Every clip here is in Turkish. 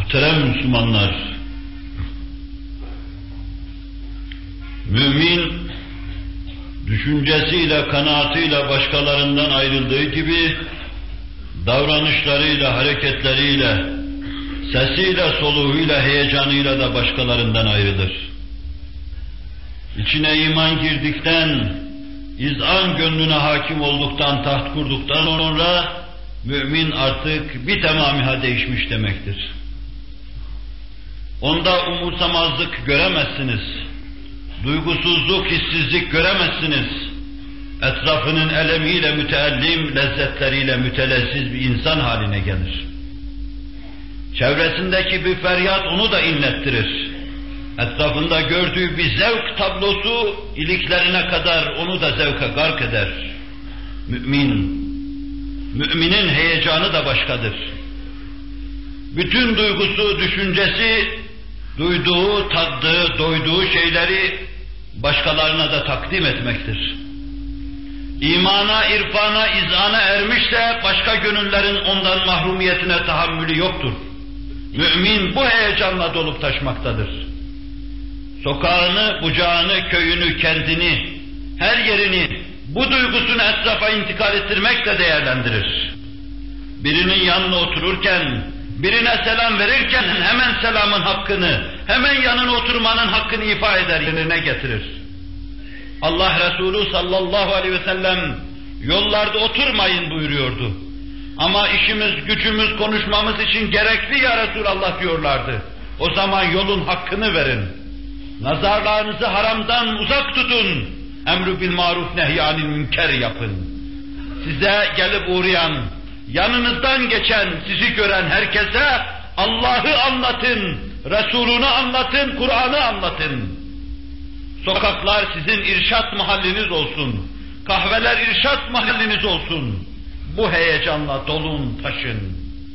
Muhterem Müslümanlar, mümin, düşüncesiyle, kanaatıyla başkalarından ayrıldığı gibi, davranışlarıyla, hareketleriyle, sesiyle, soluğuyla, heyecanıyla da başkalarından ayrılır. İçine iman girdikten, izan gönlüne hakim olduktan, taht kurduktan sonra, mümin artık bir tamamiha değişmiş demektir. Onda umursamazlık göremezsiniz. Duygusuzluk, hissizlik göremezsiniz. Etrafının elemiyle müteellim, lezzetleriyle mütelezziz bir insan haline gelir. Çevresindeki bir feryat onu da inlettirir. Etrafında gördüğü bir zevk tablosu iliklerine kadar onu da zevke gark eder. Müminin heyecanı da başkadır. Bütün duygusu, düşüncesi, duyduğu, taddığı, doyduğu şeyleri başkalarına da takdim etmektir. İmana, irfana, izana ermişse başka gönüllerin ondan mahrumiyetine tahammülü yoktur. Mümin bu heyecanla dolup taşmaktadır. Sokağını, bucağını, köyünü, kendini, her yerini bu duygusunu etrafa intikal ettirmekle değerlendirir. Birinin yanına otururken, birine selam verirken hemen selamın hakkını, hemen yanına oturmanın hakkını ifa eder, yerine getirir. Allah Resulü sallallahu aleyhi ve sellem yollarda oturmayın buyuruyordu. Ama işimiz, gücümüz, konuşmamız için gerekli ya Resulallah diyorlardı. O zaman yolun hakkını verin. Nazarlarınızı haramdan uzak tutun. Emru bil maruf nehyanil münker yapın. Size gelip uğrayan, yanınızdan geçen, sizi gören herkese Allah'ı anlatın, Resulünü anlatın, Kur'an'ı anlatın. Sokaklar sizin irşat mahalliniz olsun. Kahveler irşat mahalliniz olsun. Bu heyecanla dolun, taşın.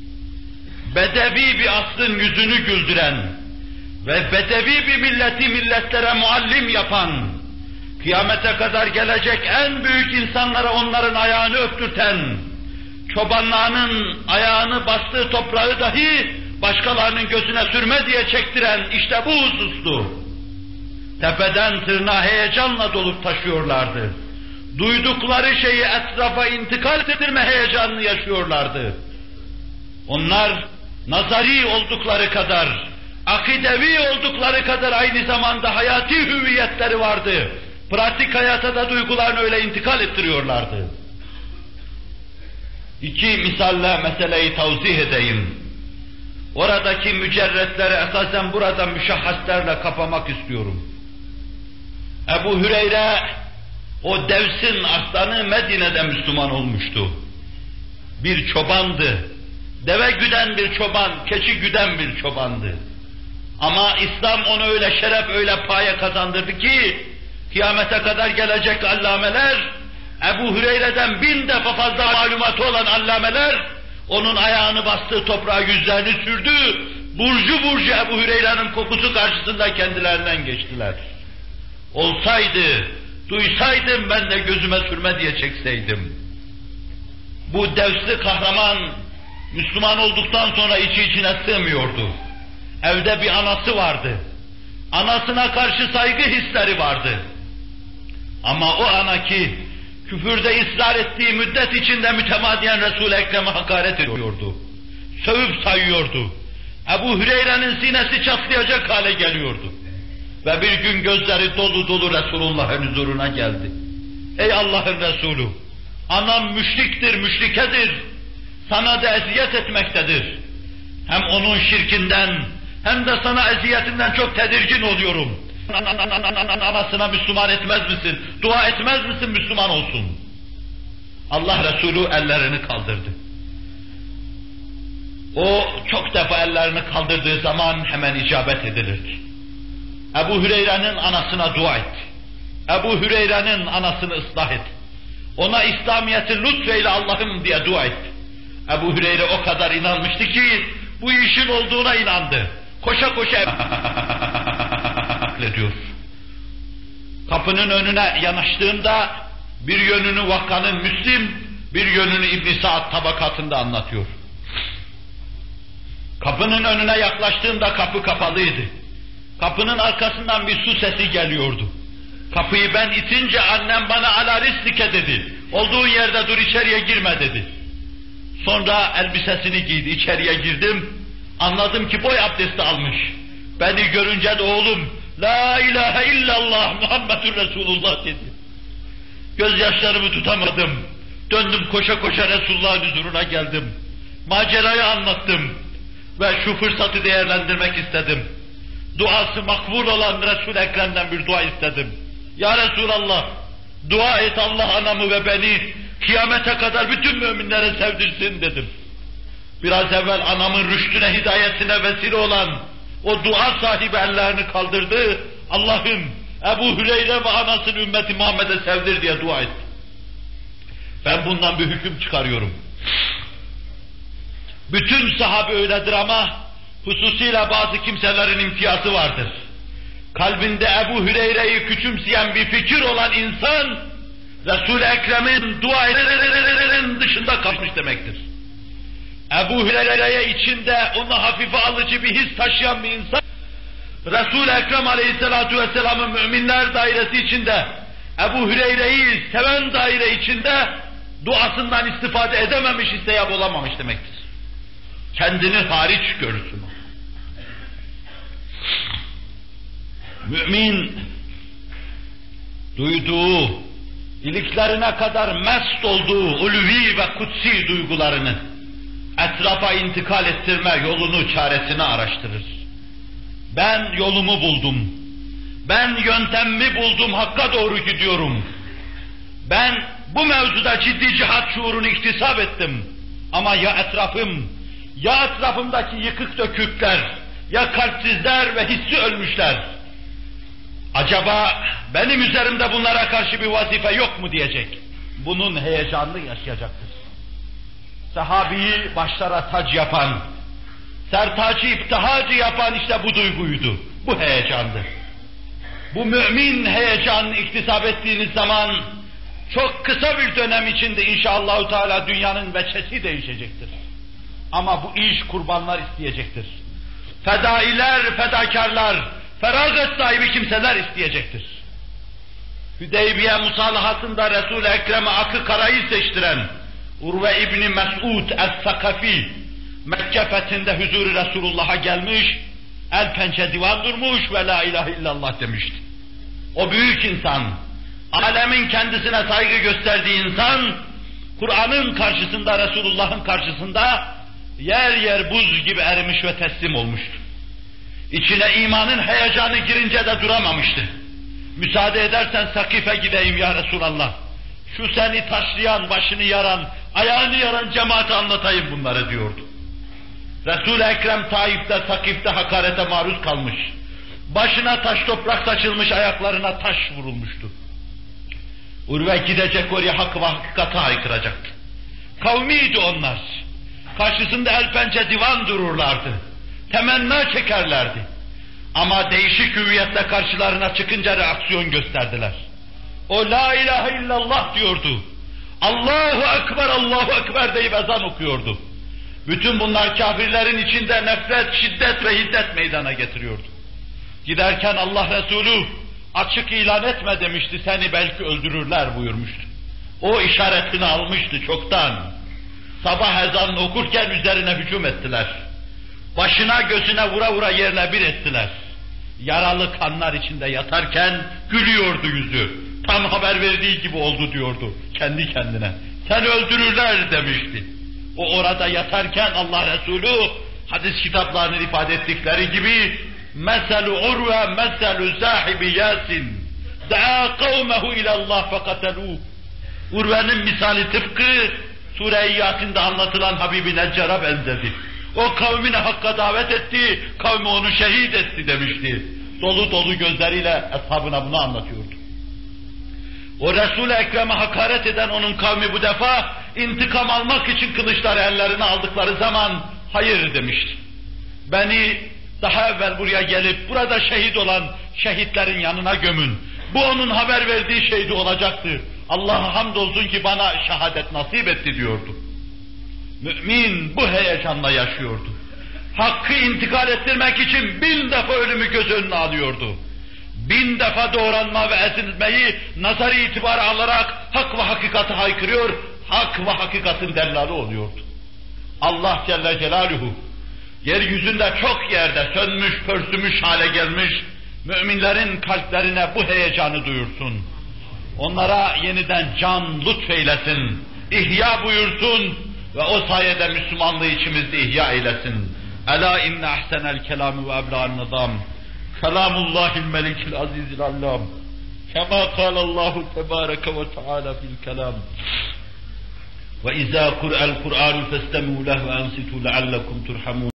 Bedevi bir asrın yüzünü güldüren ve bedevi bir milleti milletlere muallim yapan, kıyamete kadar gelecek en büyük insanlara onların ayağını öptürten, çobanlarının ayağını bastığı toprağı dahi başkalarının gözüne sürme diye çektiren işte bu husustu. Tepeden tırnağa heyecanla dolup taşıyorlardı. Duydukları şeyi etrafa intikal ettirme heyecanını yaşıyorlardı. Onlar nazari oldukları kadar, akidevi oldukları kadar aynı zamanda hayati hüviyetleri vardı. Pratik hayata da duygularını öyle intikal ettiriyorlardı. İki misalle meseleyi tavzih edeyim. Oradaki mücerretleri esasen burada müşahhaslarla kapamak istiyorum. Ebu Hüreyre, o Devs'in aslanı Medine'de Müslüman olmuştu. Bir çobandı. Deve güden bir çoban, keçi güden bir çobandı. Ama İslam onu öyle şeref, öyle paye kazandırdı ki, kıyamete kadar gelecek allameler, Ebu Hüreyre'den 1000 defa fazla malumatı olan allameler, onun ayağını bastığı toprağa yüzlerini sürdü, burcu burcu Ebu Hüreyre'nin kokusu karşısında kendilerinden geçtiler. Olsaydı, duysaydım ben de gözüme sürme diye çekseydim. Bu devsli kahraman, Müslüman olduktan sonra içine sığmıyordu. Evde bir anası vardı. Anasına karşı saygı hisleri vardı. Ama o ana ki, küfürde ısrar ettiği müddet içinde mütemadiyen Resul-i Ekrem'e hakaret ediyordu. Sövüp sayıyordu. Ebu Hüreyre'nin sinesi çatlayacak hale geliyordu. Ve bir gün gözleri dolu dolu Resulullah'ın huzuruna geldi. Ey Allah'ın Resulü, anam müşriktir, müşrikedir. Sana da eziyet etmektedir. Hem onun şirkinden, hem de sana eziyetinden çok tedirgin oluyorum. Anasına Müslüman etmez misin? Dua etmez misin Müslüman olsun? Allah Resulü ellerini kaldırdı. O çok defa ellerini kaldırdığı zaman hemen icabet edilirdi. Ebu Hüreyre'nin anasına dua et. Ebu Hüreyre'nin anasını ıslah et. Ona İslamiyet'i lütfeyle Allah'ım diye dua et. Ebu Hüreyre o kadar inanmıştı ki bu işin olduğuna inandı. Koşa koşa ediyor. Kapının önüne yanaştığında bir yönünü vakanın Müslim, bir yönünü İbn-i Sa'd tabakatında anlatıyor. Kapının önüne yaklaştığımda kapı kapalıydı. Kapının arkasından bir su sesi geliyordu. Kapıyı ben itince annem bana ala rislike dedi. Olduğun yerde dur, içeriye girme dedi. Sonra elbisesini giydi, içeriye girdim. Anladım ki boy abdesti almış. Beni görünce de oğlum, la ilahe illallah Muhammedur Resulullah dedi. Gözyaşlarımı tutamadım. Döndüm koşa koşa Resulullah'ın huzuruna geldim. Macerayı anlattım. Ve şu fırsatı değerlendirmek istedim. Duası makbul olan Resul-i Ekrem'den bir dua istedim. Ya Resulallah, dua et Allah anamı ve beni kıyamete kadar bütün müminlere sevdirsin dedim. Biraz evvel anamın rüştüne, hidayetine vesile olan o dua sahibi ellerini kaldırdı. Allah'ım Ebu Hüreyre ve anasını ümmeti Muhammed'e sevdir diye dua etti. Ben bundan bir hüküm çıkarıyorum. Bütün sahabe öyledir ama hususuyla bazı kimselerin imtiyazı vardır. Kalbinde Ebu Hüreyre'yi küçümseyen bir fikir olan insan, Resul-i Ekrem'in dua edenlerin dışında kalmış demektir. Ebu Hüreyre'ye içinde onu hafife alıcı bir his taşıyan bir insan, Resul-i Ekrem Aleyhisselatü Vesselam'ın müminler dairesi içinde, Ebu Hüreyre'yi seven daire içinde duasından istifade edememiş, isteyap olamamış demektir. Kendini hariç görürsün. Mümin, duyduğu, iliklerine kadar mest olduğu ulvi ve kutsi duygularını etrafa intikal ettirme yolunu, çaresini araştırır. Ben yolumu buldum. Ben yöntemimi buldum, Hakk'a doğru gidiyorum. Ben bu mevzuda ciddi cihat şuurunu iktisap ettim. Ama ya etrafım, ya etrafımdaki yıkık dökükler, ya kalpsizler ve hissi ölmüşler. Acaba benim üzerimde bunlara karşı bir vazife yok mu diyecek. Bunun heyecanını yaşayacaktır. Sahabiyi başlara tac yapan, sertacı iptihacı yapan işte bu duyguydu, bu heyecandı. Bu mümin heyecanını iktisap ettiğiniz zaman çok kısa bir dönem içinde inşallahü teala dünyanın veçesi değişecektir. Ama bu iş kurbanlar isteyecektir. Fedailer, fedakarlar, feragat sahibi kimseler isteyecektir. Hüdeybiye musalahatında Resul-i Ekrem'e akı karayı seçtiren Urve İbni Mes'ud Es-Sakafi Mekke fethinde huzuru Resulullah'a gelmiş, el pençe divan durmuş ve la ilahe illallah demişti. O büyük insan, alemin kendisine saygı gösterdiği insan, Kur'an'ın karşısında, Resulullah'ın karşısında yer yer buz gibi erimiş ve teslim olmuştu. İçine imanın heyecanı girince de duramamıştı. Müsaade edersen Sakif'e gideyim ya Resulallah. Şu seni taşlayan, başını yaran, ayağını yaran cemaate anlatayım bunları diyordu. Resul-i Ekrem Taif'te, Sakif'te hakarete maruz kalmış. Başına taş toprak saçılmış, ayaklarına taş vurulmuştu. Urve gidecek oraya hak ve hakikati haykıracaktı. Kavmiydi onlar. Karşısında el pençe divan dururlardı. Temenna çekerlerdi. Ama değişik hüviyetle karşılarına çıkınca reaksiyon gösterdiler. O la ilahe illallah diyordu. Allahu Ekber, Allahu Ekber deyip ezan okuyordu. Bütün bunlar kafirlerin içinde nefret, şiddet ve hiddet meydana getiriyordu. Giderken Allah Resulü açık ilan etme demişti, seni belki öldürürler buyurmuştu. O işaretini almıştı çoktan. Sabah ezanını okurken üzerine hücum ettiler. Başına gözüne vura vura yerle bir ettiler. Yaralı kanlar içinde yatarken gülüyordu yüzü. Tam haber verdiği gibi oldu diyordu kendi kendine. Seni öldürürler demişti. O orada yatarken Allah Resulü hadis kitaplarının ifade ettikleri gibi مَثَلُ عُرْوَ مَثَلُ زَاحِبِ يَاسٍ دَعَا قَوْمَهُ اِلَى اللّٰهِ فَقَتَلُوهُ. Urve'nin misali tıpkı Sure-i Yasin'de anlatılan Habib-i Neccar'a benzedi. O kavmine Hakk'a davet etti, kavmi onu şehit etti demişti. Dolu dolu gözleriyle eshabına bunu anlatıyordu. O Resul-i Ekrem'e hakaret eden onun kavmi bu defa intikam almak için kılıçları ellerine aldıkları zaman hayır demişti. Beni daha evvel buraya gelip burada şehit olan şehitlerin yanına gömün. Bu onun haber verdiği şeydi olacaktı. Allah'a hamdolsun ki bana şehadet nasip etti diyordu. Mümin bu heyecanla yaşıyordu. hakkı intikal ettirmek için 1000 defa ölümü göz önüne alıyordu. 1000 defa doğranma ve ezilmeyi nazari itibara alarak hak ve hakikati haykırıyor, hak ve hakikatin dellalı oluyordu. Allah Celle Celaluhu, yeryüzünde çok yerde sönmüş, pörsümüş hale gelmiş müminlerin kalplerine bu heyecanı duyursun. Onlara yeniden can lütfeylesin, ihya buyursun ve o sayede Müslümanlığı içimizde ihya eylesin. Ela inne ahsenel kelami ve ebla'an nizam. Kelamullahil melikil azizil allam. Kema kâlallahu tebâreke ve teâlâ fil kelam. Ve izâ kur'el Kur'ânu festemi'u leh ve ansitû leallekum turhamun.